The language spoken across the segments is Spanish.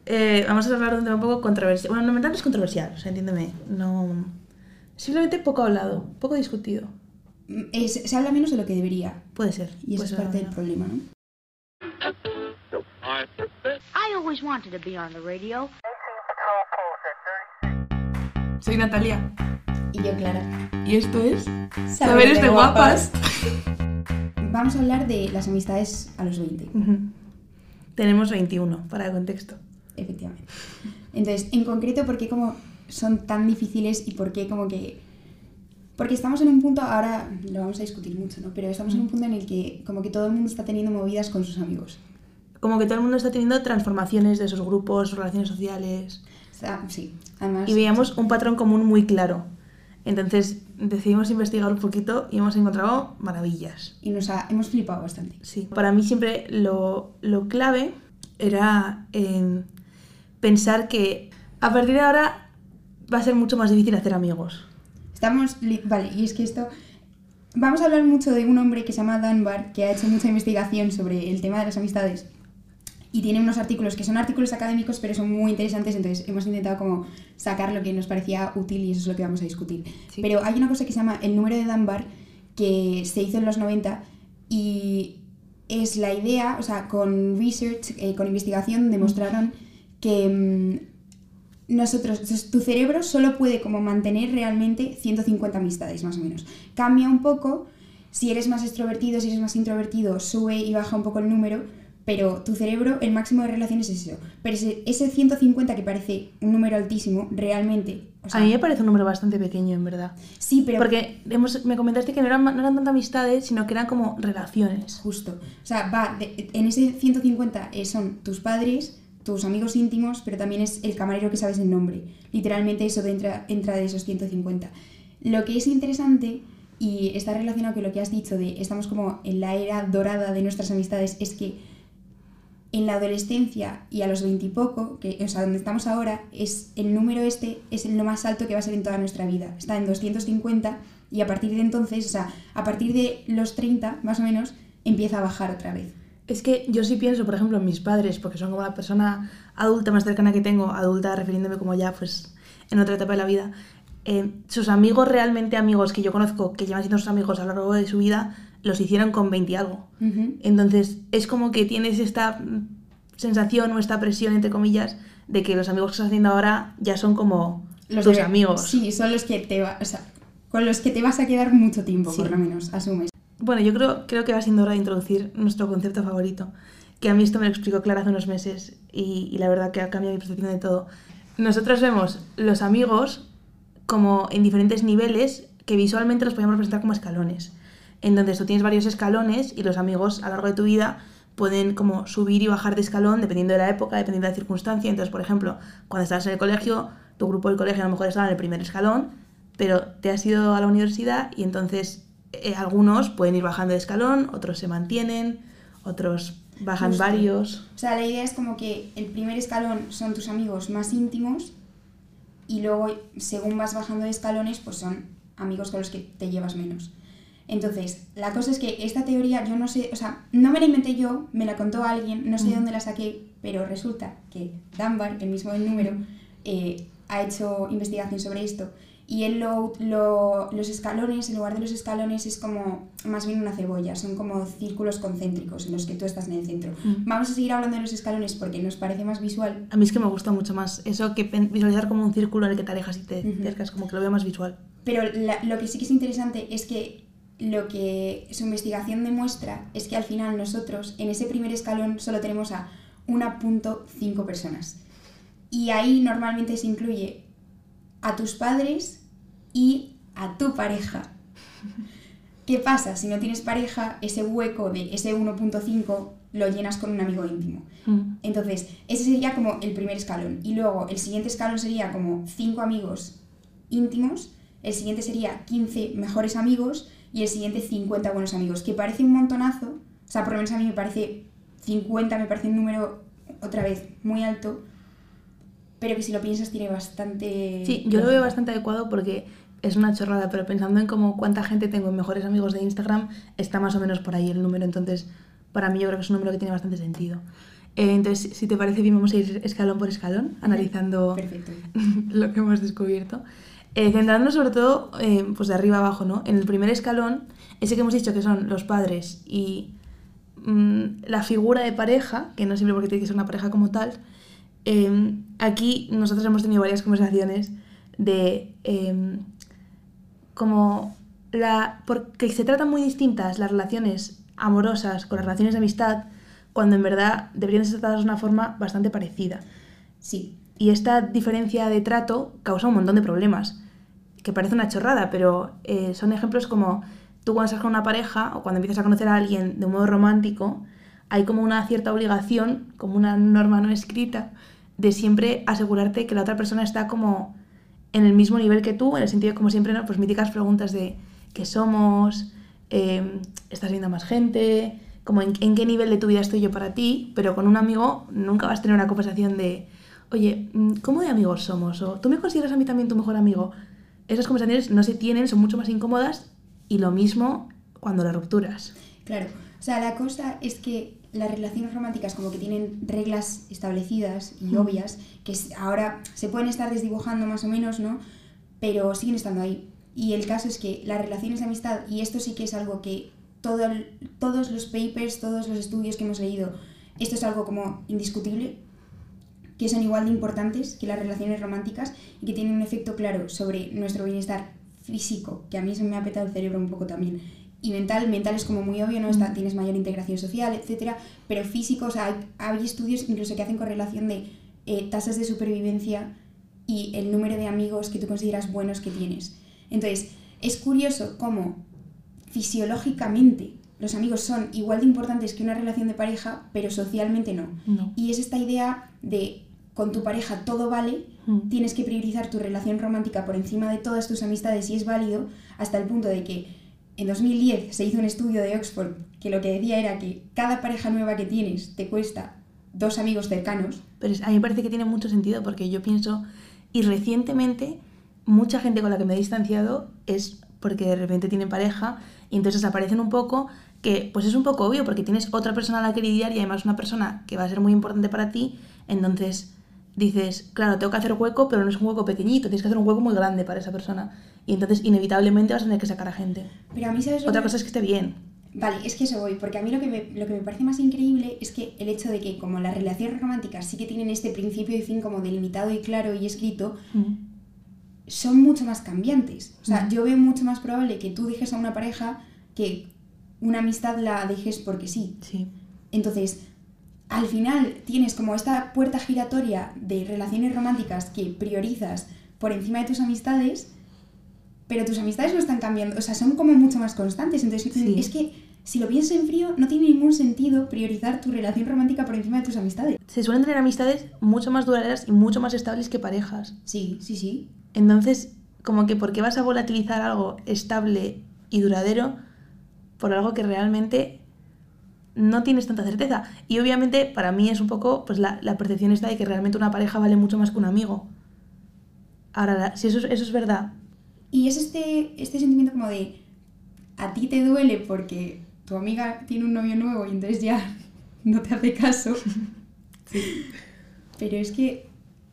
vamos a hablar de un tema un poco controversial. Bueno, no es controversial, o sea, entiéndeme. No... Simplemente poco hablado, poco discutido. Se habla menos de lo que debería. Puede ser. Y eso es parte del problema, ¿no? I always wanted to be on the radio. Soy Natalia. Y yo, Clara. Y esto es... Saberes de guapas. Vamos a hablar de las amistades a los 20. Tenemos 21, para el contexto. Efectivamente. Entonces, en concreto, ¿por qué como son tan difíciles y por qué como que... Porque estamos en un punto, ahora lo vamos a discutir mucho, ¿no? Pero estamos en un punto en el que como que todo el mundo está teniendo movidas con sus amigos. Como que todo el mundo está teniendo transformaciones de sus grupos, sus relaciones sociales. O sea, sí, además... Y veíamos un patrón común muy claro. Entonces decidimos investigar un poquito y hemos encontrado maravillas. Y hemos flipado bastante. Sí, para mí siempre lo clave era pensar que a partir de ahora va a ser mucho más difícil hacer amigos. Vale, y es que esto... Vamos a hablar mucho de un hombre que se llama Dunbar, que ha hecho mucha investigación sobre el tema de las amistades. Y tiene unos artículos que son artículos académicos, pero son muy interesantes, entonces hemos intentado como sacar lo que nos parecía útil y eso es lo que vamos a discutir. Sí. Pero hay una cosa que se llama el número de Dunbar, que se hizo en los 90 y es la idea, o sea, con research, con investigación, demostraron que tu cerebro solo puede como mantener realmente 150 amistades, más o menos. Cambia un poco, si eres más extrovertido, si eres más introvertido, sube y baja un poco el número, pero tu cerebro, el máximo de relaciones es eso. Pero ese 150 que parece un número altísimo, realmente... O sea, a mí me parece un número bastante pequeño, en verdad. Sí, pero... Porque me comentaste que no eran tantas amistades, sino que eran como relaciones. Justo. O sea, en ese 150 son tus padres, tus amigos íntimos, pero también es el camarero que sabes el nombre. Literalmente eso entra de esos 150. Lo que es interesante, y está relacionado con lo que has dicho de estamos como en la era dorada de nuestras amistades, es que en la adolescencia y a los 20 y poco, o sea, donde estamos ahora, es el número es lo más alto que va a ser en toda nuestra vida. Está en 250 y a partir de entonces, o sea, a partir de los 30, más o menos, empieza a bajar otra vez. Es que yo sí pienso, por ejemplo, en mis padres, porque son como la persona adulta más cercana que tengo, adulta refiriéndome como ya, pues, en otra etapa de la vida. Sus amigos, realmente amigos que yo conozco, que llevan siendo sus amigos a lo largo de su vida, los hicieron con 20 y algo. Entonces es como que tienes esta sensación o esta presión, entre comillas, de que los amigos que estás haciendo ahora ya son como tus amigos. Sí, son los que con los que te vas a quedar mucho tiempo, sí. Por lo menos, asumes. Bueno, yo creo que va siendo hora de introducir nuestro concepto favorito, que a mí esto me lo explicó Clara hace unos meses y la verdad que ha cambiado mi percepción de todo. Nosotros vemos los amigos como en diferentes niveles que visualmente los podemos representar como escalones. Entonces tú tienes varios escalones y los amigos a lo largo de tu vida pueden como subir y bajar de escalón dependiendo de la época, dependiendo de la circunstancia. Entonces, por ejemplo, cuando estabas en el colegio, tu grupo del colegio a lo mejor estaba en el primer escalón, pero te has ido a la universidad y entonces algunos pueden ir bajando de escalón, otros se mantienen, otros bajan varios. O sea, la idea es como que el primer escalón son tus amigos más íntimos y luego, según vas bajando de escalones, pues son amigos con los que te llevas menos. Entonces, la cosa es que esta teoría yo no sé, o sea, no me la inventé yo, me la contó alguien, no sé de dónde la saqué, pero resulta que Dunbar, el mismo del número, ha hecho investigación sobre esto y él los escalones, en lugar de los escalones, es como más bien una cebolla, son como círculos concéntricos en los que tú estás en el centro. Vamos a seguir hablando de los escalones porque nos parece más visual. A mí es que me gusta mucho más eso que visualizar como un círculo en el que te alejas y te acercas, como que lo veo más visual. Pero lo que sí que es interesante es que lo que su investigación demuestra es que al final nosotros en ese primer escalón solo tenemos a 1.5 personas y ahí normalmente se incluye a tus padres y a tu pareja. ¿Qué pasa? Si no tienes pareja, ese hueco de ese 1.5 lo llenas con un amigo íntimo. Entonces, ese sería como el primer escalón y luego el siguiente escalón sería como 5 amigos íntimos, el siguiente sería 15 mejores amigos y el siguiente 50 buenos amigos, que parece un montonazo, o sea, por lo menos a mí me parece 50, me parece un número, otra vez, muy alto, pero que si lo piensas tiene bastante... Sí, yo lo veo bastante adecuado porque es una chorrada, pero pensando en como cuánta gente tengo en mejores amigos de Instagram, está más o menos por ahí el número, entonces para mí yo creo que es un número que tiene bastante sentido. Entonces, si te parece bien, vamos a ir escalón por escalón, analizando Perfecto. lo que hemos descubierto. Centrándonos sobre todo pues de arriba abajo, ¿no? En el primer escalón, ese que hemos dicho que son los padres y la figura de pareja, que no siempre porque tiene que ser una pareja como tal. Aquí nosotros hemos tenido varias conversaciones de porque se tratan muy distintas las relaciones amorosas con las relaciones de amistad, cuando en verdad deberían ser tratadas de una forma bastante parecida. Sí. Y esta diferencia de trato causa un montón de problemas, que parece una chorrada, pero son ejemplos como tú cuando estás con una pareja o cuando empiezas a conocer a alguien de un modo romántico, hay como una cierta obligación, como una norma no escrita, de siempre asegurarte que la otra persona está como en el mismo nivel que tú, en el sentido de, como siempre, ¿no? Pues míticas preguntas de ¿qué somos? ¿Estás viendo a más gente? Como en qué nivel de tu vida estoy yo para ti, pero con un amigo nunca vas a tener una conversación de oye, ¿cómo de amigos somos? O ¿tú me consideras a mí también tu mejor amigo? Esas conversaciones no se tienen, son mucho más incómodas y lo mismo cuando las rupturas. Claro, o sea, la cosa es que las relaciones románticas como que tienen reglas establecidas y obvias, que ahora se pueden estar desdibujando más o menos, ¿no? Pero siguen estando ahí. Y el caso es que las relaciones de amistad, y esto sí que es algo que todos los papers, todos los estudios que hemos leído, esto es algo como indiscutible, que son igual de importantes que las relaciones románticas y que tienen un efecto claro sobre nuestro bienestar físico, que a mí se me ha petado el cerebro un poco también, y mental es como muy obvio, ¿no? Tienes mayor integración social, etcétera, pero físico, o sea, hay estudios incluso que hacen correlación de tasas de supervivencia y el número de amigos que tú consideras buenos que tienes. Entonces, es curioso cómo fisiológicamente los amigos son igual de importantes que una relación de pareja, pero socialmente no. Y es esta idea de con tu pareja todo vale, tienes que priorizar tu relación romántica por encima de todas tus amistades y es válido, hasta el punto de que en 2010 se hizo un estudio de Oxford que lo que decía era que cada pareja nueva que tienes te cuesta 2 amigos cercanos. Pero a mí me parece que tiene mucho sentido porque yo pienso, y recientemente mucha gente con la que me he distanciado es porque de repente tienen pareja y entonces aparecen un poco que pues es un poco obvio porque tienes otra persona a la que lidiar y además una persona que va a ser muy importante para ti, entonces dices, claro, tengo que hacer hueco, pero no es un hueco pequeñito, tienes que hacer un hueco muy grande para esa persona y entonces inevitablemente vas a tener que sacar a gente. Pero a mí, ¿sabes? Otra cosa es que esté bien. Vale, es que eso voy, porque a mí lo que me parece más increíble es que el hecho de que como las relaciones románticas sí que tienen este principio y fin como delimitado y claro y escrito, son mucho más cambiantes. O sea, yo veo mucho más probable que tú dejes a una pareja que una amistad la dejes porque sí. Sí. Entonces, al final tienes como esta puerta giratoria de relaciones románticas que priorizas por encima de tus amistades, pero tus amistades no están cambiando, o sea, son como mucho más constantes. Entonces, es que si lo piensas en frío, no tiene ningún sentido priorizar tu relación romántica por encima de tus amistades. Se suelen tener amistades mucho más duraderas y mucho más estables que parejas. Sí, sí, sí. Entonces, como que ¿por qué vas a volatilizar algo estable y duradero por algo que realmente no tienes tanta certeza? Y obviamente para mí es un poco pues la percepción esta de que realmente una pareja vale mucho más que un amigo. Ahora, si eso es verdad. Y es este sentimiento como de a ti te duele porque tu amiga tiene un novio nuevo y entonces ya no te hace caso. Sí. Pero es que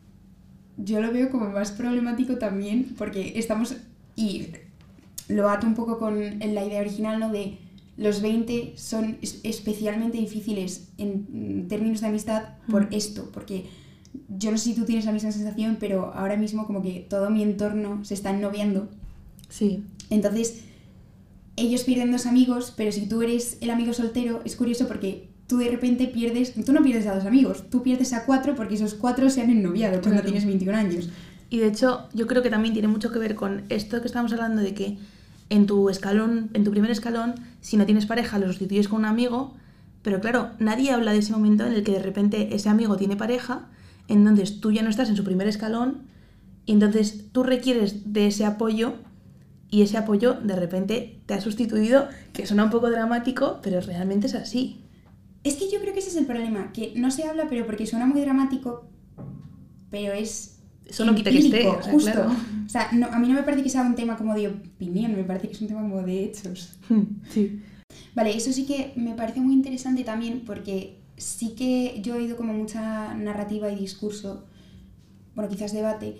yo lo veo como más problemático también porque estamos, y lo ato un poco con la idea original, ¿no? De los 20 son especialmente difíciles en términos de amistad por esto, porque yo no sé si tú tienes la misma sensación, pero ahora mismo como que todo mi entorno se está noviando. Sí. Entonces, ellos pierden 2 amigos, pero si tú eres el amigo soltero, es curioso porque tú de repente tú no pierdes a 2 amigos, tú pierdes a 4 porque esos 4 se han ennoviado cuando tienes 21 años. Y de hecho, yo creo que también tiene mucho que ver con esto que estamos hablando de que en tu primer escalón, si no tienes pareja, lo sustituyes con un amigo, pero claro, nadie habla de ese momento en el que de repente ese amigo tiene pareja, entonces tú ya no estás en su primer escalón, y entonces tú requieres de ese apoyo, y ese apoyo de repente te ha sustituido, que suena un poco dramático, pero realmente es así. Es que yo creo que ese es el problema, que no se habla, pero porque suena muy dramático, pero es eso no quita que esté, o sea, justo. Claro. O sea, no, a mí no me parece que sea un tema como de opinión, me parece que es un tema como de hechos. Sí. Vale, eso sí que me parece muy interesante también porque sí que yo he oído como mucha narrativa y discurso, bueno, quizás debate,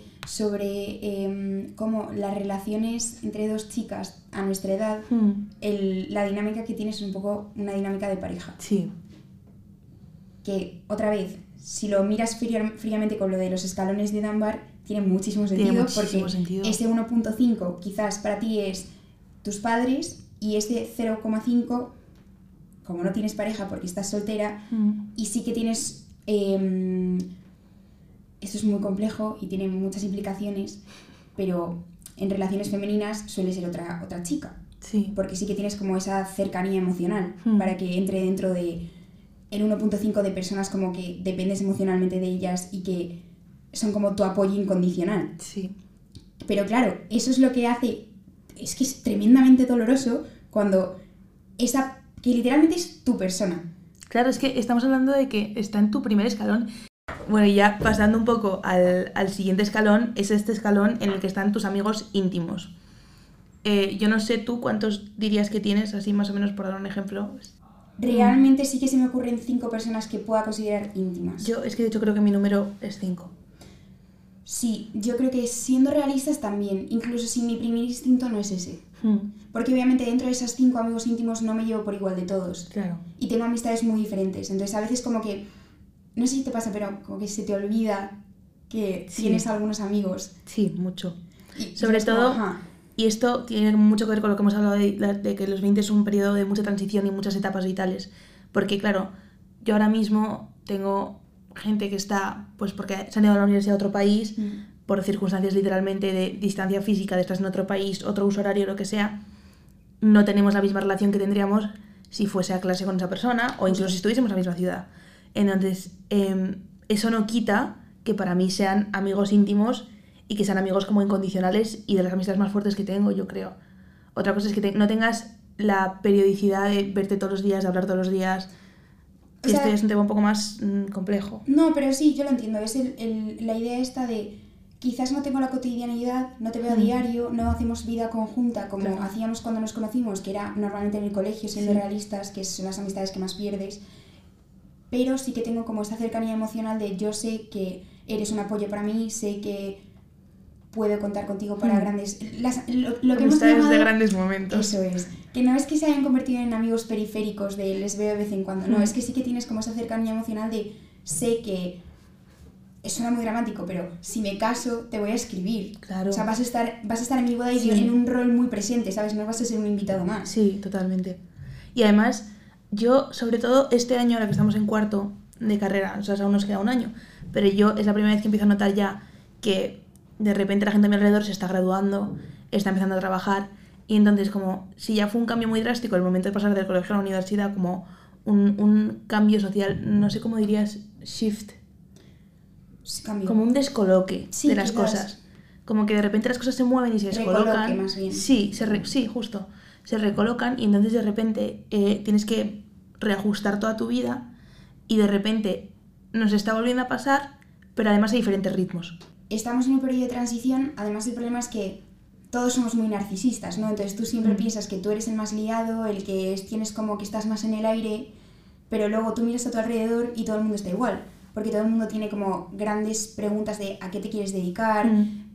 sobre cómo las relaciones entre dos chicas a nuestra edad, la dinámica que tienes es un poco una dinámica de pareja. Sí. Que, otra vez, si lo miras fríamente con lo de los escalones de Dunbar, tiene muchísimo sentido, porque ese 1.5 quizás para ti es tus padres y ese 0.5, como no tienes pareja porque estás soltera, y sí que tienes... esto es muy complejo y tiene muchas implicaciones, pero en relaciones femeninas suele ser otra chica. Sí. Porque sí que tienes como esa cercanía emocional para que entre dentro de el 1.5 de personas como que dependes emocionalmente de ellas y que son como tu apoyo incondicional. Sí. Pero claro, eso es lo que hace... Es que es tremendamente doloroso cuando esa... que literalmente es tu persona. Claro, es que estamos hablando de que está en tu primer escalón. Bueno, y ya pasando un poco al siguiente escalón, es este escalón en el que están tus amigos íntimos. Yo no sé tú cuántos dirías que tienes, así más o menos por dar un ejemplo. Realmente sí que se me ocurren 5 personas que pueda considerar íntimas. Yo es que de hecho creo que mi número es 5. Sí, yo creo que siendo realistas también, incluso si mi primer instinto no es ese. Porque obviamente dentro de esos 5 amigos íntimos no me llevo por igual de todos. Claro. Y tengo amistades muy diferentes. Entonces a veces como que, no sé si te pasa, pero como que se te olvida que tienes algunos amigos. Sí, mucho. Y sobre todo, como, y esto tiene mucho que ver con lo que hemos hablado de que los 20 es un periodo de mucha transición y muchas etapas vitales. Porque claro, yo ahora mismo tengo gente que está, pues porque se han ido a la universidad a otro país, por circunstancias literalmente de distancia física, de estar en otro país, otro uso horario, lo que sea, no tenemos la misma relación que tendríamos si fuese a clase con esa persona o incluso si estuviésemos en la misma ciudad. Entonces, eso no quita que para mí sean amigos íntimos y que sean amigos como incondicionales y de las amistades más fuertes que tengo, yo creo. Otra cosa es que no tengas la periodicidad de verte todos los días, de hablar todos los días. O sea, este es un tema un poco más complejo. No, pero sí, yo lo entiendo. Es la idea esta de quizás no tengo la cotidianidad, no te veo a diario, no hacemos vida conjunta como hacíamos cuando nos conocimos, que era normalmente en el colegio, siendo realistas, que son las amistades que más pierdes. Pero sí que tengo como esta cercanía emocional de yo sé que eres un apoyo para mí, sé que puedo contar contigo para grandes... Lo que hemos llamado, de grandes momentos. Eso es. Que no es que se hayan convertido en amigos periféricos de les veo de vez en cuando, no, es que sí que tienes como esa cercanía emocional de sé que... Suena muy dramático, pero si me caso te voy a escribir. Claro. O sea, vas a estar en mi boda y en un rol muy presente, ¿sabes? No vas a ser un invitado más. Sí, totalmente. Y además, yo, sobre todo este año, ahora que estamos en cuarto de carrera, o sea, aún nos queda un año, pero yo es la primera vez que empiezo a notar ya que de repente la gente a mi alrededor se está graduando, está empezando a trabajar, y entonces como si ya fue un cambio muy drástico el momento de pasar del colegio a la universidad, como un cambio social, no sé cómo dirías, shift, como un descoloque de las cosas, como que de repente las cosas se mueven y se descolocan. Más bien. Sí, justo, se recolocan y entonces de repente tienes que reajustar toda tu vida y de repente nos está volviendo a pasar, pero además hay diferentes ritmos. Estamos en un periodo de transición, además el problema es que todos somos muy narcisistas, ¿no? Entonces tú siempre piensas que tú eres el más liado, el que tienes como que estás más en el aire, pero luego tú miras a tu alrededor y todo el mundo está igual, porque todo el mundo tiene como grandes preguntas de a qué te quieres dedicar,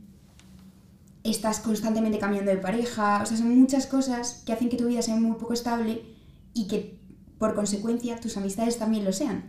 estás constantemente cambiando de pareja, o sea, son muchas cosas que hacen que tu vida sea muy poco estable y que por consecuencia tus amistades también lo sean.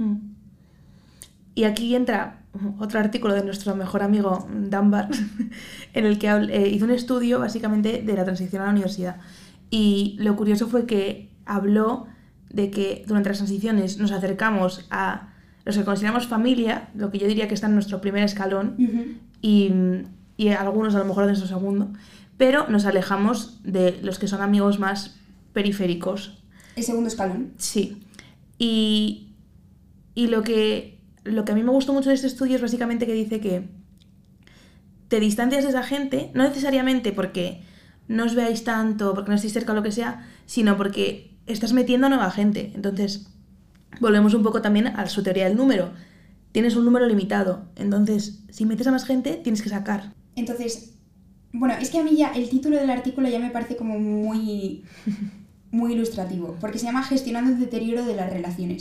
Y aquí entra otro artículo de nuestro mejor amigo Dunbar, en el que hizo un estudio básicamente de la transición a la universidad. Y lo curioso fue que habló de que durante las transiciones nos acercamos a los que consideramos familia, lo que yo diría que está en nuestro primer escalón, y algunos a lo mejor en nuestro segundo, pero nos alejamos de los que son amigos más periféricos. ¿El segundo escalón? Sí. Y lo que a mí me gustó mucho de este estudio es básicamente que dice que te distancias de esa gente, no necesariamente porque no os veáis tanto, porque no estéis cerca o lo que sea, sino porque estás metiendo a nueva gente. Entonces, volvemos un poco también a su teoría del número. Tienes un número limitado, entonces, si metes a más gente, tienes que sacar. Entonces, bueno, es que a mí ya el título del artículo ya me parece como muy, muy ilustrativo, porque se llama Gestionando el deterioro de las relaciones.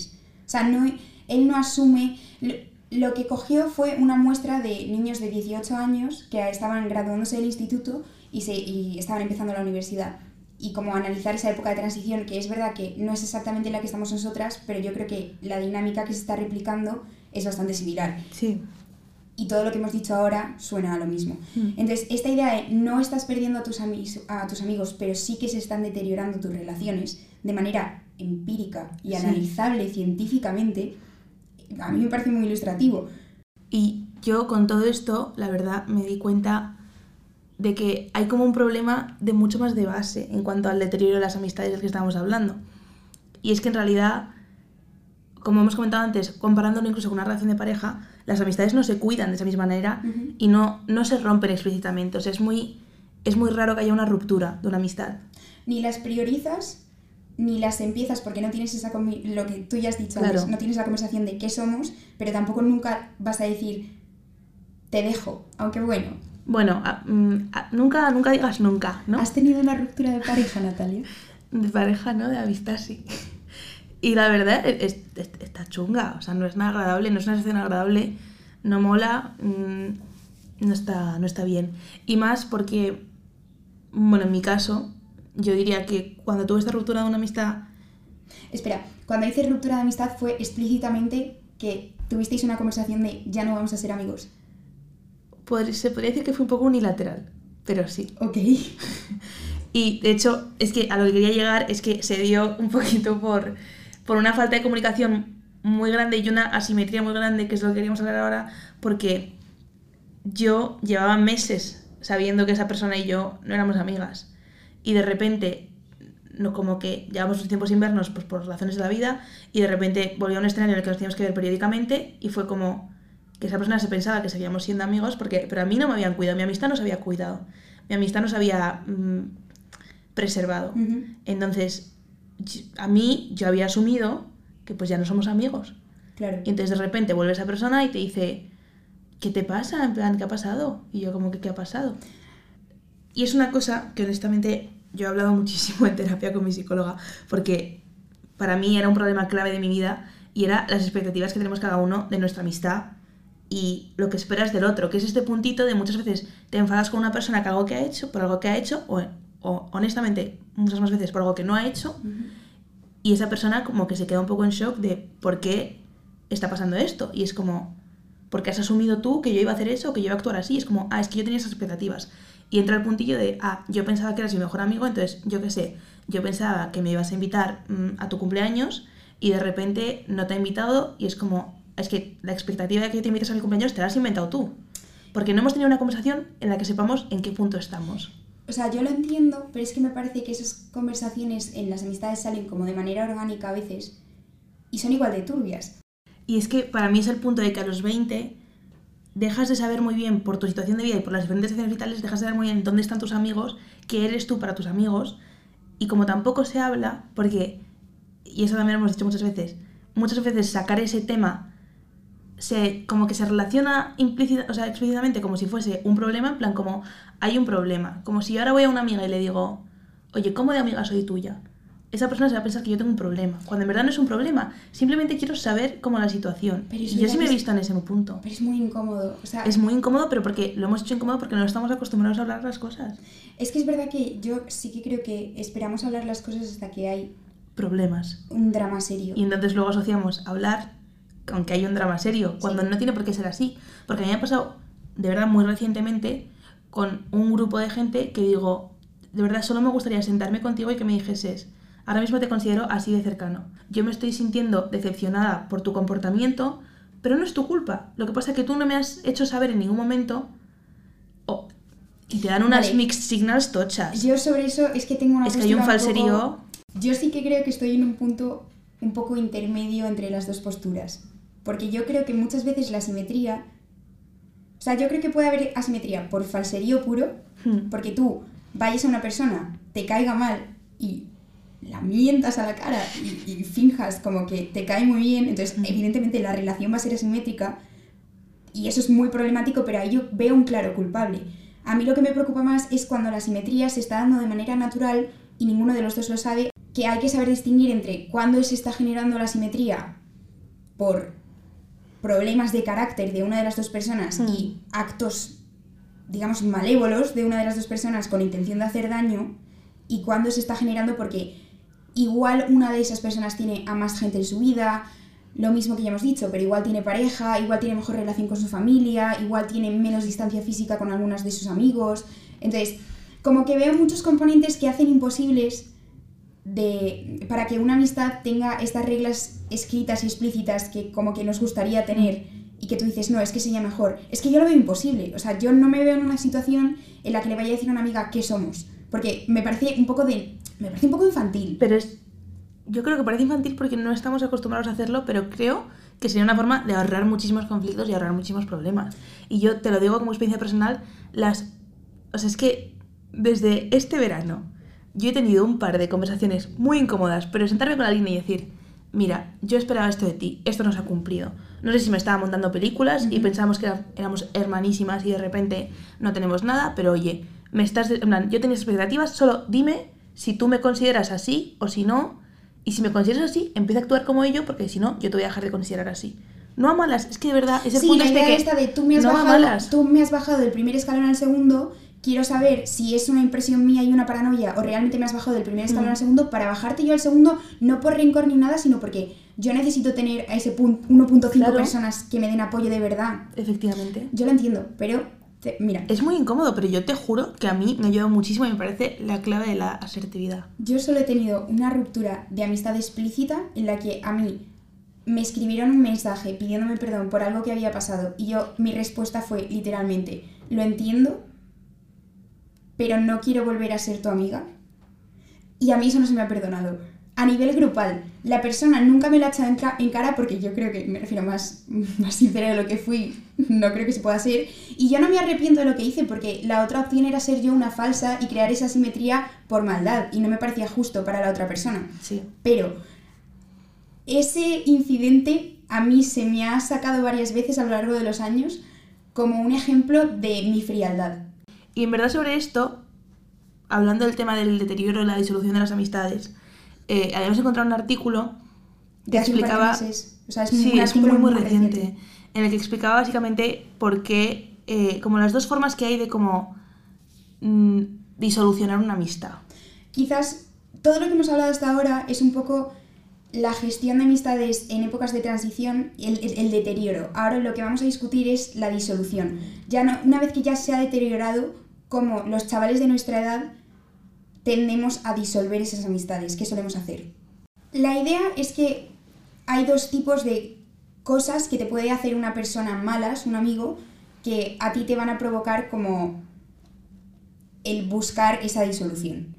O sea, él no asume... Lo que cogió fue una muestra de niños de 18 años que estaban graduándose del instituto y estaban empezando la universidad. Y como analizar esa época de transición, que es verdad que no es exactamente la que estamos nosotras, pero yo creo que la dinámica que se está replicando es bastante similar. Sí. Y todo lo que hemos dicho ahora suena a lo mismo. Entonces, esta idea de no estás perdiendo a tus amigos, pero sí que se están deteriorando tus relaciones de manera empírica y analizable científicamente, a mí me parece muy ilustrativo. Y yo con todo esto, la verdad, me di cuenta de que hay como un problema de mucho más de base en cuanto al deterioro de las amistades del que estábamos hablando. Y es que en realidad, como hemos comentado antes, comparándolo incluso con una relación de pareja, las amistades no se cuidan de esa misma manera y no se rompen explícitamente. O sea, es muy raro que haya una ruptura de una amistad. Ni las priorizas, ni las empiezas porque no tienes lo que tú ya has dicho Claro. antes, no tienes la conversación de qué somos, pero tampoco nunca vas a decir te dejo, aunque bueno. Bueno, nunca digas nunca, ¿no? ¿Has tenido una ruptura de pareja, Natalia? De pareja, ¿no? De amistad, sí. Y la verdad, está chunga. O sea, no es nada agradable, no es una situación agradable, no mola, no está bien. Y más porque, bueno, en mi caso, yo diría que cuando tuve esta ruptura de una amistad... Espera, cuando dices ruptura de amistad fue explícitamente que tuvisteis una conversación de ya no vamos a ser amigos. Se podría decir que fue un poco unilateral, pero sí. Ok. Y de hecho, es que a lo que quería llegar es que se dio un poquito por una falta de comunicación muy grande y una asimetría muy grande, que es lo que queríamos hablar ahora, porque yo llevaba meses sabiendo que esa persona y yo no éramos amigas. Y de repente, no, como que llevamos un tiempo sin vernos pues, por razones de la vida, y de repente volvió a un escenario en el que nos teníamos que ver periódicamente, y fue como que esa persona se pensaba que seguíamos siendo amigos, pero a mí no me habían cuidado, mi amistad no se había cuidado, mi amistad no se había preservado. Entonces, yo había asumido que pues ya no somos amigos. Claro. Y entonces de repente vuelve esa persona y te dice, ¿qué te pasa? En plan, ¿qué ha pasado? Y yo como que, ¿qué ha pasado? Y es una cosa que honestamente yo he hablado muchísimo en terapia con mi psicóloga, porque para mí era un problema clave de mi vida y era las expectativas que tenemos cada uno de nuestra amistad y lo que esperas del otro, que es este puntito de muchas veces te enfadas con una persona por algo que ha hecho, o honestamente muchas más veces por algo que no ha hecho, y esa persona como que se queda un poco en shock de por qué está pasando esto, y es como, ¿por qué has asumido tú que yo iba a hacer eso o que yo iba a actuar así? Es como, es que yo tenía esas expectativas. Y entra el puntillo de, yo pensaba que eras mi mejor amigo, entonces, yo qué sé, yo pensaba que me ibas a invitar a tu cumpleaños y de repente no te ha invitado y es como, es que la expectativa de que te invites a mi cumpleaños te la has inventado tú. Porque no hemos tenido una conversación en la que sepamos en qué punto estamos. O sea, yo lo entiendo, pero es que me parece que esas conversaciones en las amistades salen como de manera orgánica a veces y son igual de turbias. Y es que para mí es el punto de que a los 20 dejas de saber muy bien por tu situación de vida y por las diferentes situaciones vitales, dejas de saber muy bien dónde están tus amigos, qué eres tú para tus amigos, y como tampoco se habla, porque, y eso también lo hemos dicho muchas veces sacar ese tema como que se relaciona explícitamente como si fuese un problema, en plan como hay un problema, como si yo ahora voy a una amiga y le digo, oye, ¿cómo de amiga soy tuya? Esa persona se va a pensar que yo tengo un problema, cuando en verdad no es un problema, simplemente quiero saber cómo la situación. Y yo sí me he visto en ese punto. Pero es muy incómodo, o sea... Es muy incómodo, pero porque lo hemos hecho incómodo porque no estamos acostumbrados a hablar las cosas. Es que es verdad que yo sí que creo que esperamos hablar las cosas hasta que hay... problemas. Un drama serio. Y entonces luego asociamos hablar aunque hay un drama serio, cuando no tiene por qué ser así. Porque a mí me ha pasado, de verdad, muy recientemente, con un grupo de gente que digo, de verdad, solo me gustaría sentarme contigo y que me dijeses, ahora mismo te considero así de cercano. Yo me estoy sintiendo decepcionada por tu comportamiento, pero no es tu culpa. Lo que pasa es que tú no me has hecho saber en ningún momento... y te dan unas mixed signals tochas. Yo sobre eso es que tengo una... Es que hay un falserío... Yo sí que creo que estoy en un punto un poco intermedio entre las dos posturas. Porque yo creo que muchas veces la asimetría... O sea, yo creo que puede haber asimetría por falserío puro, porque tú vayas a una persona, te caiga mal y la mientas a la cara y finjas como que te cae muy bien, entonces evidentemente la relación va a ser asimétrica y eso es muy problemático, pero ahí yo veo un claro culpable. A mí lo que me preocupa más es cuando la asimetría se está dando de manera natural y ninguno de los dos lo sabe, que hay que saber distinguir entre cuándo se está generando la asimetría por problemas de carácter de una de las dos personas y actos, digamos, malévolos de una de las dos personas con intención de hacer daño, y cuándo se está generando porque igual una de esas personas tiene a más gente en su vida, lo mismo que ya hemos dicho, pero igual tiene pareja, igual tiene mejor relación con su familia, igual tiene menos distancia física con algunas de sus amigos. Entonces, como que veo muchos componentes que hacen imposibles para que una amistad tenga estas reglas escritas y explícitas que como que nos gustaría tener y que tú dices, no, es que sería mejor. Es que yo lo veo imposible. O sea, yo no me veo en una situación en la que le vaya a decir a una amiga qué somos. Porque me parece un poco infantil. Pero yo creo que parece infantil porque no estamos acostumbrados a hacerlo, pero creo que sería una forma de ahorrar muchísimos conflictos y ahorrar muchísimos problemas. Y yo te lo digo como experiencia personal, o sea, es que desde este verano yo he tenido un par de conversaciones muy incómodas, pero sentarme con alguien y decir, mira, yo esperaba esto de ti, esto no se ha cumplido. No sé si me estaba montando películas y pensábamos que éramos hermanísimas y de repente no tenemos nada, pero oye, en plan, yo tenía expectativas, solo dime si tú me consideras así o si no, y si me consideras así, empieza a actuar como ello, porque si no, yo te voy a dejar de considerar así. No a malas, es que de verdad, ese sí, punto la idea que esta de tú me has bajado del primer escalón al segundo, quiero saber si es una impresión mía y una paranoia o realmente me has bajado del primer escalón al segundo, para bajarte yo al segundo, no por rencor ni nada, sino porque yo necesito tener a ese 1.5 personas que me den apoyo de verdad. Efectivamente. Yo lo entiendo, pero mira. Es muy incómodo, pero yo te juro que a mí me ha ayudado muchísimo y me parece la clave de la asertividad. Yo solo he tenido una ruptura de amistad explícita en la que a mí me escribieron un mensaje pidiéndome perdón por algo que había pasado y mi respuesta fue literalmente, lo entiendo, pero no quiero volver a ser tu amiga. Y a mí eso no se me ha perdonado. A nivel grupal, la persona nunca me lo ha echado en cara porque yo creo que, me refiero más sincera de lo que fui, no creo que se pueda ser. Y yo no me arrepiento de lo que hice porque la otra opción era ser yo una falsa y crear esa simetría por maldad y no me parecía justo para la otra persona. Sí. Pero ese incidente a mí se me ha sacado varias veces a lo largo de los años como un ejemplo de mi frialdad. Y en verdad sobre esto, hablando del tema del deterioro y la disolución de las amistades, habíamos encontrado un artículo que explicaba... O sea, es sí, un es artículo muy reciente, en el que explicaba básicamente por qué, como las dos formas que hay de como disolucionar una amistad. Quizás todo lo que hemos hablado hasta ahora es un poco la gestión de amistades en épocas de transición y el deterioro. Ahora lo que vamos a discutir es la disolución. Ya no, una vez que ya se ha deteriorado, como los chavales de nuestra edad tendemos a disolver esas amistades. ¿Qué solemos hacer? La idea es que hay dos tipos de cosas que te puede hacer una persona malas, un amigo, que a ti te van a provocar como el buscar esa disolución.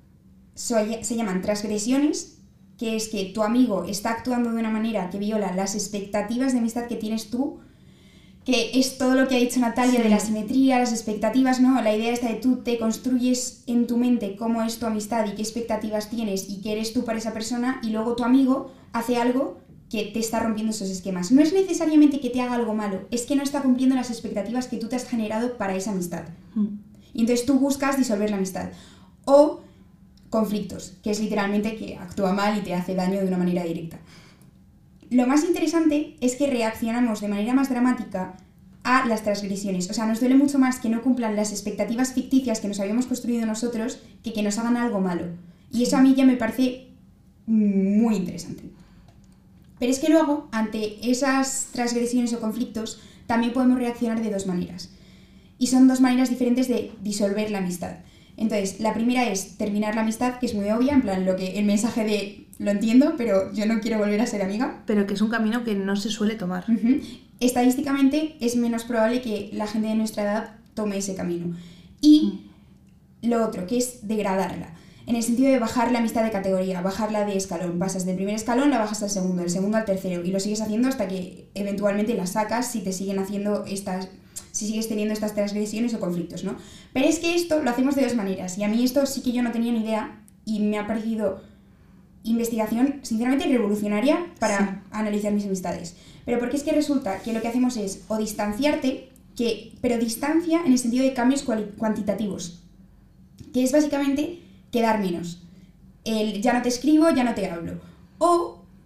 Se llaman transgresiones, que es que tu amigo está actuando de una manera que viola las expectativas de amistad que tienes tú, que es todo lo que ha dicho Natalia de la simetría, las expectativas, ¿no? La idea esta de tú te construyes en tu mente cómo es tu amistad y qué expectativas tienes y qué eres tú para esa persona, y luego tu amigo hace algo que te está rompiendo esos esquemas. No es necesariamente que te haga algo malo, es que no está cumpliendo las expectativas que tú te has generado para esa amistad. Y entonces tú buscas disolver la amistad. O conflictos, que es literalmente que actúa mal y te hace daño de una manera directa. Lo más interesante es que reaccionamos de manera más dramática a las transgresiones. O sea, nos duele mucho más que no cumplan las expectativas ficticias que nos habíamos construido nosotros que nos hagan algo malo. Y eso a mí ya me parece muy interesante. Pero es que luego, ante esas transgresiones o conflictos, también podemos reaccionar de dos maneras. Y son dos maneras diferentes de disolver la amistad. Entonces, la primera es terminar la amistad, que es muy obvia, en plan el mensaje de lo entiendo, pero yo no quiero volver a ser amiga. Pero que es un camino que no se suele tomar. Estadísticamente es menos probable que la gente de nuestra edad tome ese camino. Y lo otro, que es degradarla. En el sentido de bajar la amistad de categoría, bajarla de escalón. Pasas del primer escalón, la bajas al segundo, del segundo al tercero, y lo sigues haciendo hasta que eventualmente la sacas si te siguen haciendo si sigues teniendo estas transgresiones o conflictos, ¿no? Pero es que esto lo hacemos de dos maneras, y a mí esto sí que yo no tenía ni idea, y me ha parecido investigación sinceramente revolucionaria para analizar mis amistades. Pero porque es que resulta que lo que hacemos es o distanciarte, pero distancia en el sentido de cambios cuantitativos, que es básicamente quedar menos. Ya no te escribo, ya no te hablo. O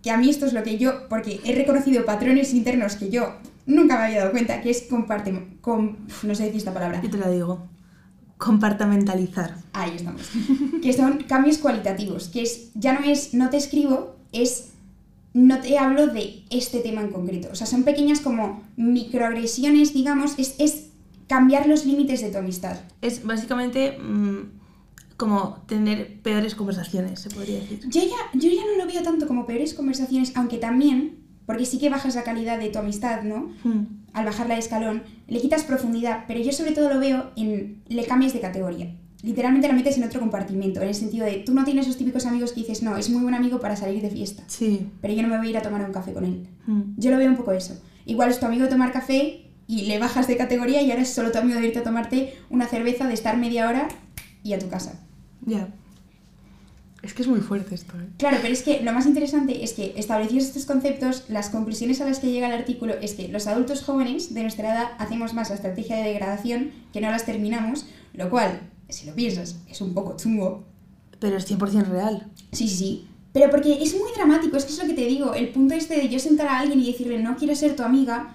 que a mí esto es lo que yo, porque he reconocido patrones internos que yo nunca me había dado cuenta, que es no sé decir esta palabra. Yo te la digo. Compartamentalizar. Ahí estamos. Que son cambios cualitativos, que es, ya no es no te escribo, es no te hablo de este tema en concreto. O sea, son pequeñas como microagresiones, digamos, es cambiar los límites de tu amistad. Es básicamente como tener peores conversaciones, se podría decir. Yo ya no lo veo tanto como peores conversaciones, aunque también, porque sí que bajas la calidad de tu amistad, ¿no? Al bajarla de escalón, le quitas profundidad, pero yo sobre todo lo veo en le cambias de categoría. Literalmente la metes en otro compartimento, en el sentido de, tú no tienes esos típicos amigos que dices, no, es muy buen amigo para salir de fiesta, Sí. pero yo no me voy a ir a tomar un café con él. Yo lo veo un poco eso. Igual es tu amigo de tomar café y le bajas de categoría y ahora es solo tu amigo de irte a tomarte una cerveza, de estar media hora y a tu casa. Ya. Es que es muy fuerte esto, ¿eh? Claro, pero es que lo más interesante es que, establecidos estos conceptos, las conclusiones a las que llega el artículo es que los adultos jóvenes de nuestra edad hacemos más la estrategia de degradación que no las terminamos, lo cual, si lo piensas, es un poco chungo. Pero es 100% real. Sí. Pero porque es muy dramático, es que es lo que te digo, el punto este de yo sentar a alguien y decirle no quiero ser tu amiga.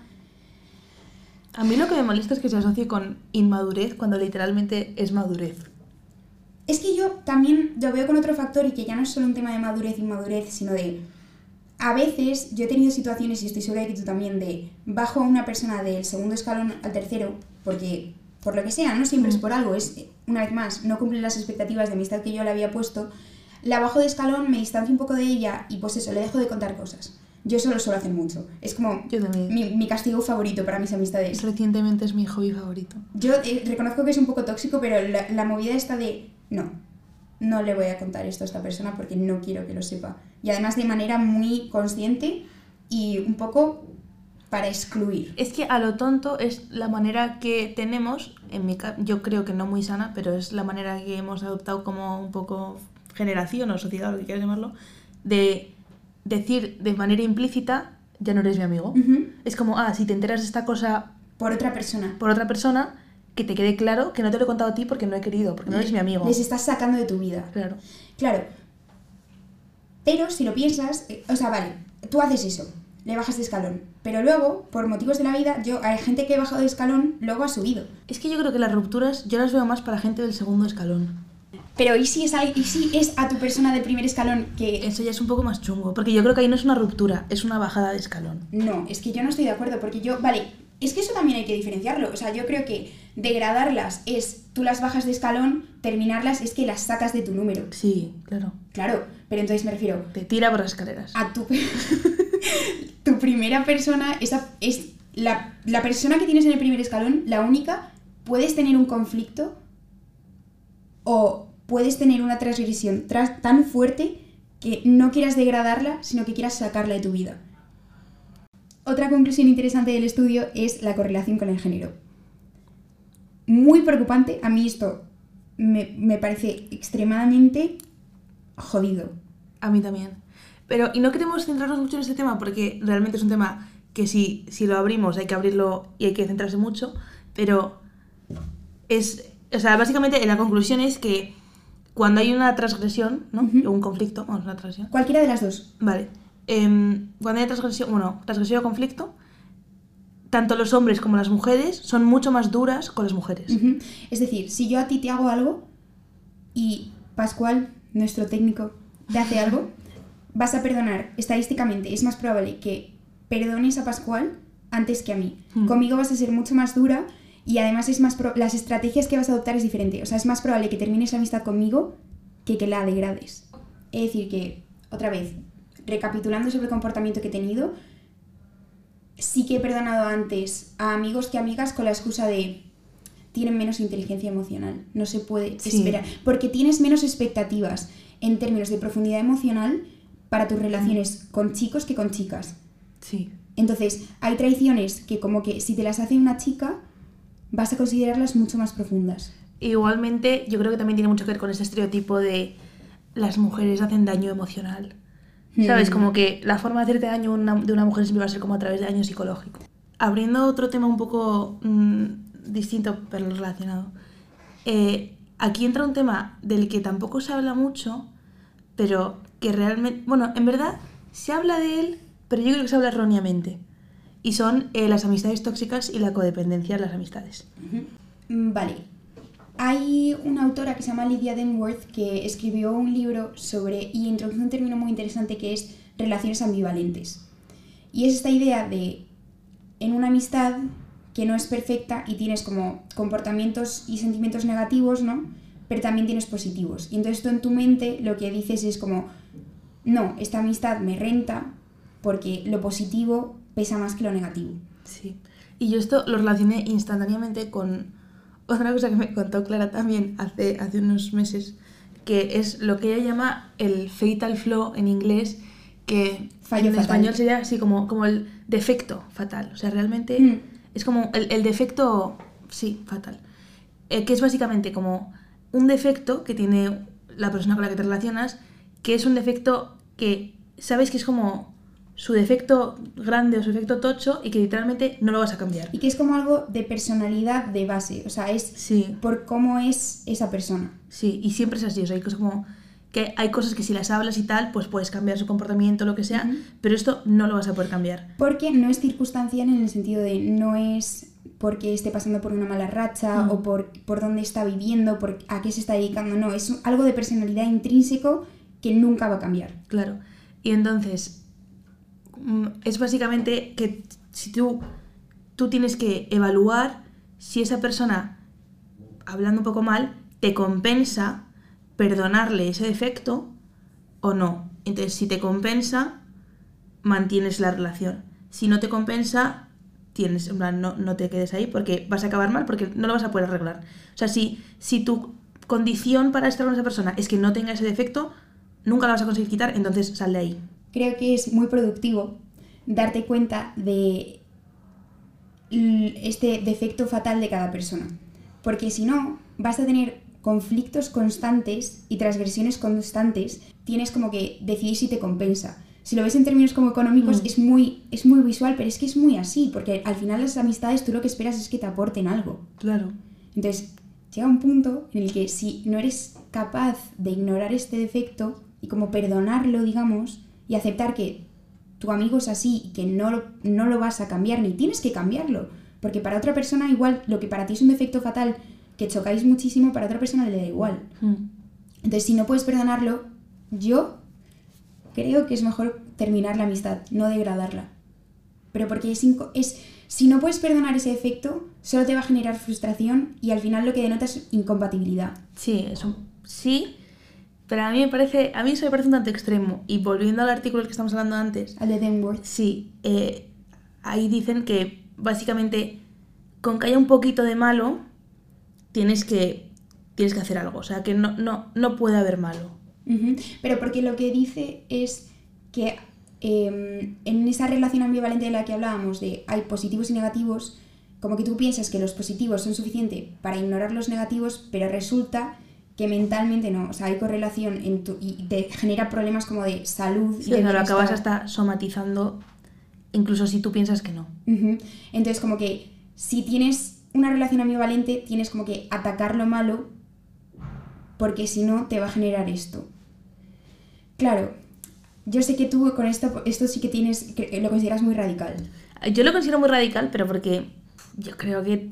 A mí lo que me molesta es que se asocie con inmadurez cuando literalmente es madurez. Es que yo también lo veo con otro factor y que ya no es solo un tema de madurez e inmadurez, sino de... A veces yo he tenido situaciones, y estoy segura de que tú también, de bajo a una persona del segundo escalón al tercero, porque por lo que sea, no siempre es por algo, es, una vez más, no cumple las expectativas de amistad que yo le había puesto, la bajo de escalón, me distancio un poco de ella y pues eso, le dejo de contar cosas. Yo eso lo suelo hacer mucho. Es como Yo también. mi castigo favorito para mis amistades. Recientemente es mi hobby favorito. Yo reconozco que es un poco tóxico, pero la movida está de... No le voy a contar esto a esta persona porque no quiero que lo sepa. Y además de manera muy consciente y un poco para excluir. Es que a lo tonto es la manera que tenemos, yo creo que no muy sana, pero es la manera que hemos adoptado como un poco generación o sociedad, o lo que quieras llamarlo, de decir de manera implícita, ya no eres mi amigo. Es como, si te enteras de esta cosa por otra persona, que te quede claro que no te lo he contado a ti porque no he querido, porque no eres mi amigo. Les estás sacando de tu vida. Claro. Pero si lo piensas, o sea, vale, tú haces eso, le bajas de escalón, pero luego, por motivos de la vida, hay gente que ha bajado de escalón, luego ha subido. Es que yo creo que las rupturas yo las veo más para gente del segundo escalón. Pero ¿y si es a tu persona del primer escalón que...? Eso ya es un poco más chungo, porque yo creo que ahí no es una ruptura, es una bajada de escalón. No, es que yo no estoy de acuerdo, porque vale, es que eso también hay que diferenciarlo. O sea, yo creo que degradarlas es tú las bajas de escalón, terminarlas es que las sacas de tu número. Sí, claro. Claro, pero entonces me refiero... Te tira por las escaleras. A tu primera persona, esa es la persona que tienes en el primer escalón, la única, puedes tener un conflicto o puedes tener una transgresión tan fuerte que no quieras degradarla, sino que quieras sacarla de tu vida. Otra conclusión interesante del estudio es la correlación con el género. Muy preocupante, a mí esto me parece extremadamente jodido. A mí también. Pero, y no queremos centrarnos mucho en este tema porque realmente es un tema que si lo abrimos hay que abrirlo y hay que centrarse mucho, pero básicamente la conclusión es que cuando hay una transgresión, ¿no? O un conflicto, una transgresión. Cualquiera de las dos. Vale. Cuando hay transgresión o conflicto, tanto los hombres como las mujeres son mucho más duras con las mujeres. Es decir, si yo a ti te hago algo y Pascual, nuestro técnico, te hace algo, vas a perdonar. Estadísticamente es más probable que perdones a Pascual antes que a mí. Conmigo vas a ser mucho más dura y además es más las estrategias que vas a adoptar es diferente. O sea, es más probable que termines la amistad conmigo que la degrades. Es decir que, otra vez, recapitulando sobre el comportamiento que he tenido, sí que he perdonado antes a amigos que amigas con la excusa de tienen menos inteligencia emocional, no se puede esperar, porque tienes menos expectativas en términos de profundidad emocional para tus relaciones con chicos que con chicas. Sí. Entonces, hay traiciones que como que si te las hace una chica, vas a considerarlas mucho más profundas. Igualmente, yo creo que también tiene mucho que ver con ese estereotipo de las mujeres hacen daño emocional. ¿Sabes? Como que la forma de hacerte daño de una mujer siempre va a ser como a través de daño psicológico. Abriendo otro tema un poco distinto, pero relacionado. Aquí entra un tema del que tampoco se habla mucho, pero que realmente... Bueno, en verdad, se habla de él, pero yo creo que se habla erróneamente. Y son las amistades tóxicas y la codependencia en las amistades. Vale. Hay una autora que se llama Lydia Denworth que escribió un libro y introdujo un término muy interesante que es relaciones ambivalentes. Y es esta idea de, en una amistad que no es perfecta y tienes como comportamientos y sentimientos negativos, ¿no? Pero también tienes positivos. Y entonces tú en tu mente lo que dices es como, no, esta amistad me renta porque lo positivo pesa más que lo negativo. Sí. Y yo esto lo relacioné instantáneamente con otra cosa que me contó Clara también hace unos meses, que es lo que ella llama el fatal flaw en inglés, que Fallo en fatal. español sería así como el defecto fatal. O sea, realmente es como el defecto, sí, fatal. Que es básicamente como un defecto que tiene la persona con la que te relacionas, que es un defecto que sabes que es como su defecto grande o su defecto tocho y que literalmente no lo vas a cambiar. Y que es como algo de personalidad de base, o sea, es Sí. por cómo es esa persona. Sí, y siempre es así, o sea, hay cosas como que hay cosas que si las hablas y tal, pues puedes cambiar su comportamiento, lo que sea, pero esto no lo vas a poder cambiar. Porque no es circunstancial en el sentido de no es porque esté pasando por una mala racha o por dónde está viviendo, a qué se está dedicando, no, es algo de personalidad intrínseco que nunca va a cambiar. Claro, y entonces es básicamente que si tú tienes que evaluar si esa persona, hablando un poco mal, te compensa perdonarle ese defecto o no. Entonces, si te compensa, mantienes la relación. Si no te compensa, en plan, no te quedes ahí porque vas a acabar mal, porque no lo vas a poder arreglar. O sea, si tu condición para estar con esa persona es que no tenga ese defecto, nunca lo vas a conseguir quitar, entonces sal de ahí. Creo que es muy productivo darte cuenta de este defecto fatal de cada persona. Porque si no, vas a tener conflictos constantes y transgresiones constantes. Tienes como que decidir si te compensa. Si lo ves en términos como económicos, es muy visual, pero es que es muy así, porque al final las amistades tú lo que esperas es que te aporten algo. Claro. Entonces, llega un punto en el que si no eres capaz de ignorar este defecto y como perdonarlo, digamos, y aceptar que tu amigo es así y que no lo vas a cambiar ni tienes que cambiarlo, porque para otra persona igual lo que para ti es un defecto fatal que chocáis muchísimo, para otra persona le da igual. Entonces, si no puedes perdonarlo, yo creo que es mejor terminar la amistad, no degradarla. Pero porque si no puedes perdonar ese defecto, solo te va a generar frustración y al final lo que denota es incompatibilidad. Sí, eso sí, pero a mí eso me parece un tanto extremo. Y volviendo al artículo del que estamos hablando antes, Al de Denworth. sí, ahí dicen que básicamente con que haya un poquito de malo, tienes que hacer algo. O sea, que no puede haber malo. Pero porque lo que dice es que en esa relación ambivalente de la que hablábamos, de hay positivos y negativos, como que tú piensas que los positivos son suficientes para ignorar los negativos, pero resulta que mentalmente no, o sea, hay correlación y te genera problemas como de salud. Sí, lo acabas hasta somatizando, incluso si tú piensas que no. Entonces, como que si tienes una relación ambivalente, tienes como que atacar lo malo, porque si no, te va a generar esto. Claro, yo sé que tú con esto sí que lo consideras muy radical. Yo lo considero muy radical, pero porque yo creo que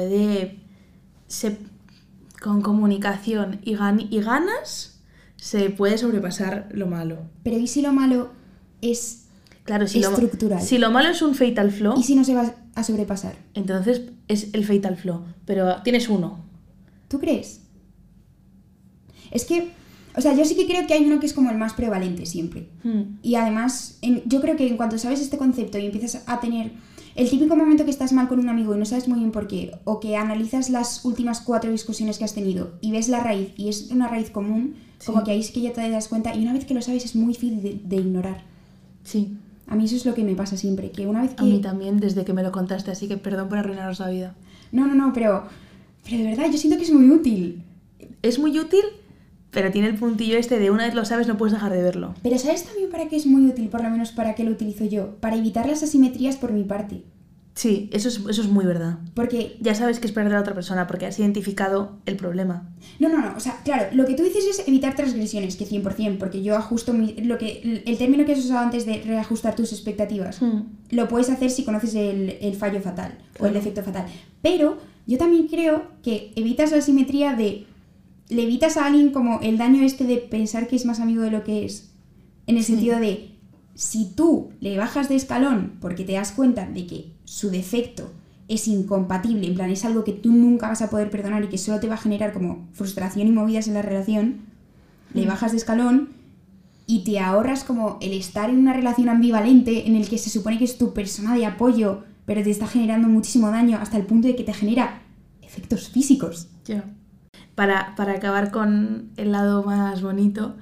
con comunicación y ganas se puede sobrepasar lo malo. Pero ¿y si lo malo es estructural? Si lo malo es un fatal flaw... ¿Y si no se va a sobrepasar? Entonces es el fatal flaw, pero tienes uno. ¿Tú crees? Es que, o sea, yo sí que creo que hay uno que es como el más prevalente siempre. Y además, yo creo que en cuanto sabes este concepto y empiezas a tener el típico momento que estás mal con un amigo y no sabes muy bien por qué, o que analizas las últimas 4 discusiones que has tenido y ves la raíz y es una raíz común, como que ahí sí que ya te das cuenta y una vez que lo sabes es muy difícil de ignorar. Sí. A mí eso es lo que me pasa siempre, que una vez que... A mí también, desde que me lo contaste, así que perdón por arruinaros la vida. No, pero de verdad, yo siento que es muy útil. Es muy útil, pero tiene el puntillo este de una vez lo sabes no puedes dejar de verlo. Pero ¿sabes también para qué es muy útil? Por lo menos para qué lo utilizo yo. Para evitar las asimetrías por mi parte. Sí, eso es muy verdad. Porque Ya sabes qué esperar de la otra persona porque has identificado el problema. No, o sea, claro, lo que tú dices es evitar transgresiones, que 100%, porque yo ajusto el término que has usado antes de reajustar tus expectativas, lo puedes hacer si conoces el fallo fatal o el efecto fatal. Pero yo también creo que evitas la simetría le evitas a alguien como el daño de pensar que es más amigo de lo que es, en el sentido de, si tú le bajas de escalón porque te das cuenta de que su defecto es incompatible, en plan, es algo que tú nunca vas a poder perdonar y que solo te va a generar como frustración y movidas en la relación, le bajas de escalón y te ahorras como el estar en una relación ambivalente en el que se supone que es tu persona de apoyo, pero te está generando muchísimo daño hasta el punto de que te genera efectos físicos. Ya. Para acabar con el lado más bonito,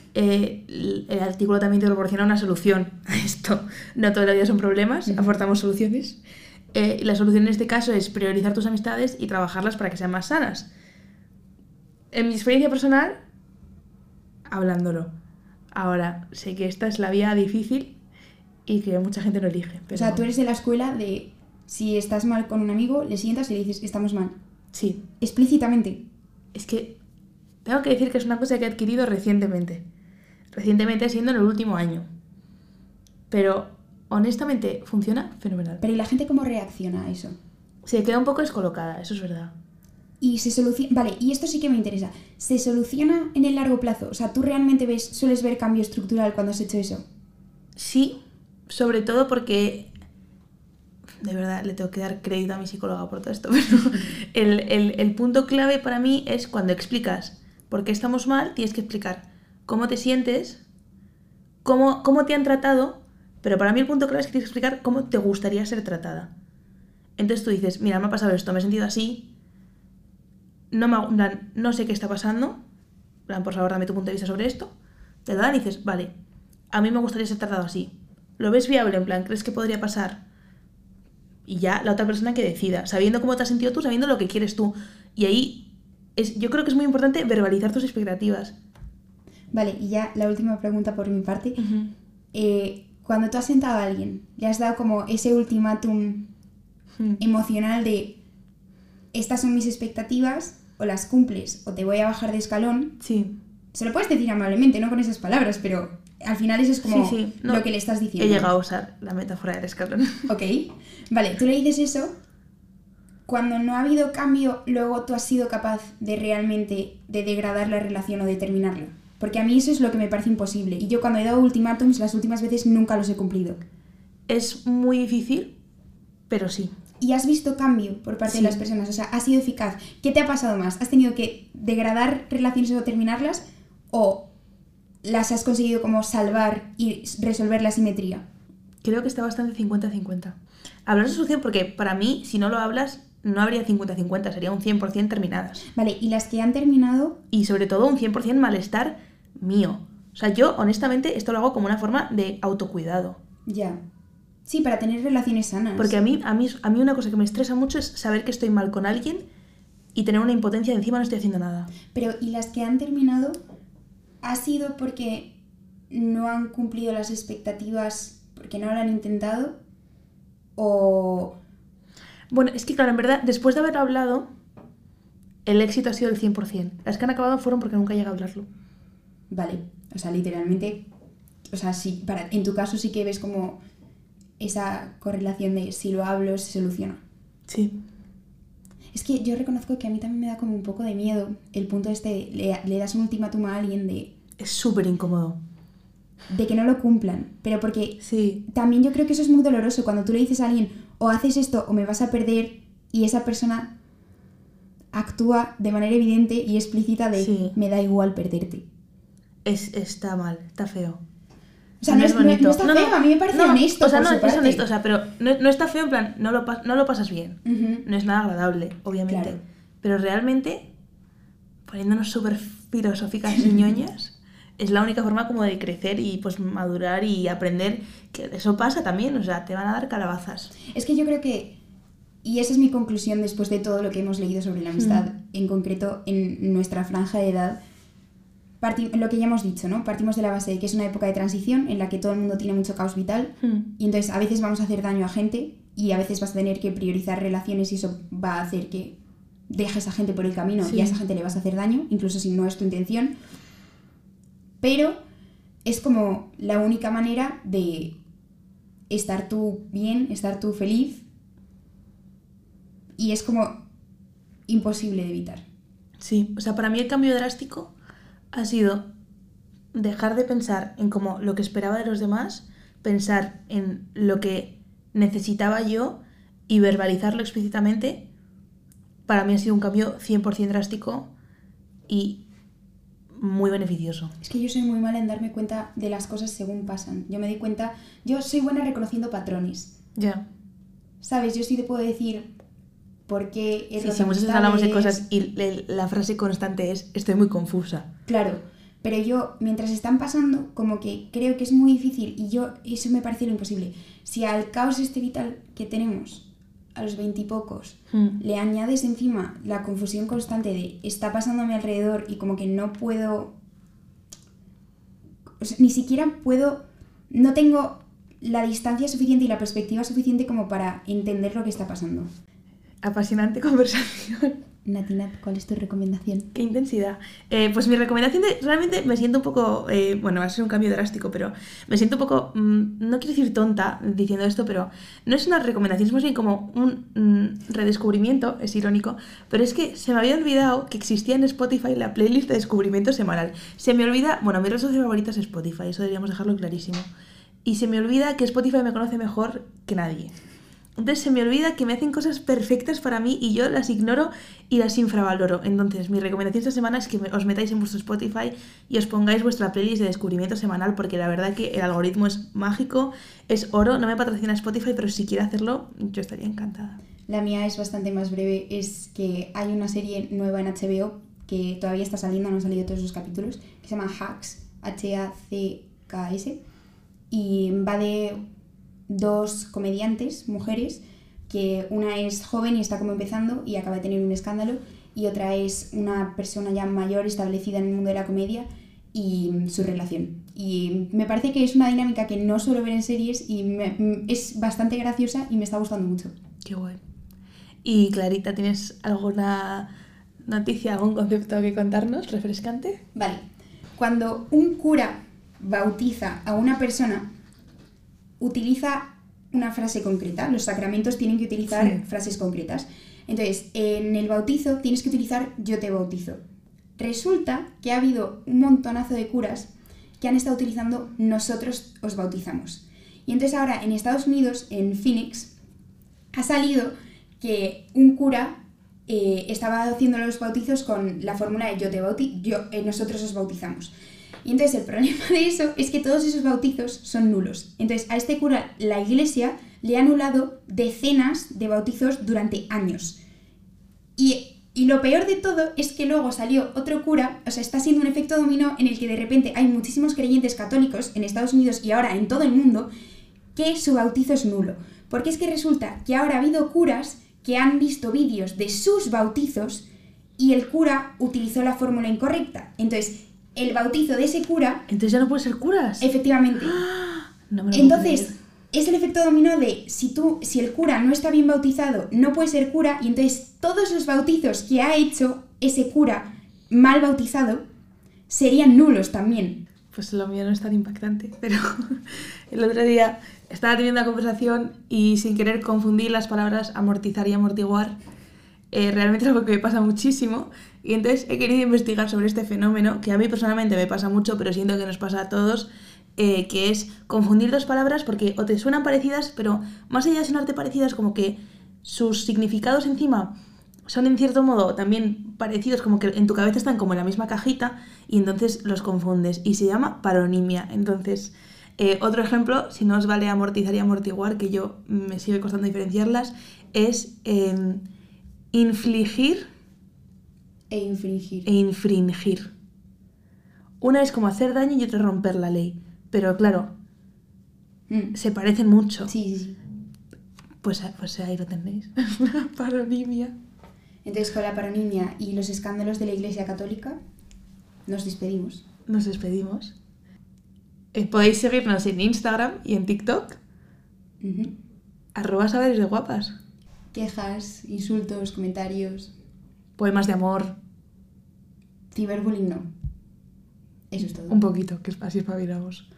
el artículo también te proporciona una solución a esto. No toda la vida son problemas, aportamos soluciones. La solución en este caso es priorizar tus amistades y trabajarlas para que sean más sanas. En mi experiencia personal, hablándolo. Ahora, sé que esta es la vía difícil y que mucha gente no elige. Pero... O sea, tú eres de la escuela de si estás mal con un amigo, le sientas y le dices, estamos mal. Sí. Explícitamente. Es que tengo que decir que es una cosa que he adquirido recientemente. Recientemente siendo en el último año. Pero, honestamente, funciona fenomenal. Pero ¿y la gente cómo reacciona a eso? Se queda un poco descolocada, eso es verdad. Y se soluciona... Vale, y esto sí que me interesa. ¿Se soluciona en el largo plazo? O sea, ¿tú realmente sueles ver cambio estructural cuando has hecho eso? Sí, sobre todo porque... De verdad, le tengo que dar crédito a mi psicóloga por todo esto, pero el punto clave para mí es cuando explicas por qué estamos mal, tienes que explicar cómo te sientes, cómo te han tratado, pero para mí el punto clave es que tienes que explicar cómo te gustaría ser tratada. Entonces tú dices, mira, me ha pasado esto, me he sentido así, no sé qué está pasando, por favor, dame tu punto de vista sobre esto, te lo dan y dices, vale, a mí me gustaría ser tratado así. ¿Lo ves viable? En plan, ¿crees que podría pasar? Y ya la otra persona que decida, sabiendo cómo te has sentido tú, sabiendo lo que quieres tú. Y ahí yo creo que es muy importante verbalizar tus expectativas. Vale, y ya la última pregunta por mi parte. Cuando tú has sentado a alguien, le has dado como ese ultimátum emocional de estas son mis expectativas, o las cumples o te voy a bajar de escalón. Sí. Se lo puedes decir amablemente, no con esas palabras, pero al final eso es como No, lo que le estás diciendo. He llegado a usar la metáfora del escalón. Ok, vale, tú le dices eso. Cuando no ha habido cambio, luego tú has sido capaz de realmente de degradar la relación o de terminarla. Porque a mí eso es lo que me parece imposible. Y yo cuando he dado ultimátums, las últimas veces nunca los he cumplido. Es muy difícil, pero sí. ¿Y has visto cambio por parte de las personas? O sea, ¿ha sido eficaz? ¿Qué te ha pasado más? ¿Has tenido que degradar relaciones o terminarlas? ¿O las has conseguido como salvar y resolver la simetría? Creo que está bastante 50-50. Hablar de solución porque para mí, si no lo hablas, no habría 50-50, sería un 100% terminadas. Vale, ¿y las que han terminado? Y sobre todo un 100% malestar mío. O sea, yo honestamente esto lo hago como una forma de autocuidado. Ya. Sí, para tener relaciones sanas. Porque a mí una cosa que me estresa mucho es saber que estoy mal con alguien y tener una impotencia de encima no estoy haciendo nada. Pero, ¿y las que han terminado ha sido porque no han cumplido las expectativas, porque no lo han intentado? ¿O...? Bueno, es que claro, en verdad, después de haber hablado, el éxito ha sido el 100%. Las que han acabado fueron porque nunca llegué a hablarlo. Vale, o sea, literalmente... O sea, sí, en tu caso sí que ves como esa correlación de si lo hablo se soluciona. Sí. Es que yo reconozco que a mí también me da como un poco de miedo el punto le das un ultimátum a alguien de... Es súper incómodo. De que no lo cumplan, pero porque sí. También yo creo que eso es muy doloroso cuando tú le dices a alguien o haces esto o me vas a perder y esa persona actúa de manera evidente y explícita de me da igual perderte. Está mal, está feo. O sea, no es bonito. No está feo, a mí me parece honesto. O sea, no es honesto, o sea, pero no está feo en plan, no lo pasas bien. No es nada agradable, obviamente. Claro. Pero realmente, poniéndonos súper filosóficas y ñoñas, es la única forma como de crecer y pues madurar y aprender que eso pasa también, o sea, te van a dar calabazas. Es que yo creo que, y esa es mi conclusión después de todo lo que hemos leído sobre la amistad, en concreto en nuestra franja de edad, lo que ya hemos dicho, ¿no? Partimos de la base de que es una época de transición en la que todo el mundo tiene mucho caos vital y entonces a veces vamos a hacer daño a gente y a veces vas a tener que priorizar relaciones y eso va a hacer que dejes a gente por el camino Sí. y a esa gente le vas a hacer daño, incluso si no es tu intención. Pero es como la única manera de estar tú bien, estar tú feliz, y es como imposible de evitar. Sí, o sea, para mí el cambio drástico ha sido dejar de pensar en como lo que esperaba de los demás, pensar en lo que necesitaba yo y verbalizarlo explícitamente. Para mí ha sido un cambio 100% drástico y muy beneficioso. Es que yo soy muy mala en darme cuenta de las cosas según pasan. Yo me doy cuenta, yo soy buena reconociendo patrones. Ya. ¿Sabes? Yo sí te puedo decir por qué he Sí, roto sí, muchas veces amistades. hablamos de cosas y la frase constante es estoy muy confusa. Claro, pero yo, mientras están pasando, como que creo que es muy difícil y yo, eso me parece lo imposible. Si al caos este vital que tenemos a los 20 y pocos le añades encima la confusión constante de está pasando a mi alrededor y como que no puedo, o sea, ni siquiera puedo, no tengo la distancia suficiente y la perspectiva suficiente como para entender lo que está pasando. Apasionante conversación. Natinat, ¿cuál es tu recomendación? Qué intensidad. Pues mi recomendación realmente me siento un poco, bueno, va a ser un cambio drástico, pero me siento un poco, no quiero decir tonta diciendo esto, pero no es una recomendación, es más bien como un redescubrimiento, es irónico, pero es que se me había olvidado que existía en Spotify la playlist de descubrimiento semanal. Se me olvida, bueno, mi red social favorita es Spotify, eso deberíamos dejarlo clarísimo. Y se me olvida que Spotify me conoce mejor que nadie. Entonces se me olvida que me hacen cosas perfectas para mí y yo las ignoro y las infravaloro. Entonces mi recomendación esta semana es que os metáis en vuestro Spotify y os pongáis vuestra playlist de descubrimiento semanal, porque la verdad que el algoritmo es mágico, es oro. No me patrocina Spotify, pero si quiere hacerlo yo estaría encantada. La mía es bastante más breve, es que hay una serie nueva en HBO que todavía está saliendo, no han salido todos los capítulos, que se llama Hacks, Hacks, y va de dos comediantes, mujeres, que una es joven y está como empezando y acaba de tener un escándalo, y otra es una persona ya mayor establecida en el mundo de la comedia y su relación. Y me parece que es una dinámica que no suelo ver en series y es bastante graciosa y me está gustando mucho. Qué guay. Y Clarita, ¿tienes alguna noticia, algún concepto que contarnos refrescante? Vale, cuando un cura bautiza a una persona, utiliza una frase concreta. Los sacramentos tienen que utilizar frases concretas. Entonces, en el bautizo tienes que utilizar yo te bautizo. Resulta que ha habido un montonazo de curas que han estado utilizando nosotros os bautizamos. Y entonces ahora en Estados Unidos, en Phoenix, ha salido que un cura estaba haciendo los bautizos con la fórmula de nosotros os bautizamos. Y entonces el problema de eso es que todos esos bautizos son nulos. Entonces a este cura la iglesia le ha anulado decenas de bautizos durante años. Y lo peor de todo es que luego salió otro cura, o sea, está siendo un efecto dominó en el que de repente hay muchísimos creyentes católicos en Estados Unidos y ahora en todo el mundo que su bautizo es nulo. Porque es que resulta que ahora ha habido curas que han visto vídeos de sus bautizos y el cura utilizó la fórmula incorrecta. Entonces, el bautizo de ese cura... Entonces ya no puedes ser curas. Efectivamente. No me lo Entonces, puedo creer. es el efecto dominó de si el cura no está bien bautizado, no puede ser cura, y entonces todos los bautizos que ha hecho ese cura mal bautizado serían nulos también. Pues lo mío no es tan impactante, pero el otro día estaba teniendo una conversación y sin querer confundí las palabras amortizar y amortiguar. Realmente es algo que me pasa muchísimo y entonces he querido investigar sobre este fenómeno que a mí personalmente me pasa mucho, pero siento que nos pasa a todos, que es confundir dos palabras porque o te suenan parecidas, pero más allá de sonarte parecidas, como que sus significados encima son en cierto modo también parecidos, como que en tu cabeza están como en la misma cajita y entonces los confundes y se llama paronimia. Entonces, otro ejemplo, si no os vale amortizar y amortiguar, que yo me sigue costando diferenciarlas, es infligir E infringir. e infringir. Una es como hacer daño y otra romper la ley, pero claro, se parecen mucho. Sí. Pues ahí lo tenéis, paronimia. Entonces, con la paronimia y los escándalos de la Iglesia Católica, nos despedimos. Nos despedimos. Podéis seguirnos en Instagram y en TikTok. @saberes de guapas. Quejas, insultos, comentarios. Poemas de amor. Ciberbullying no. Eso es todo. Un poquito, que así espabilamos.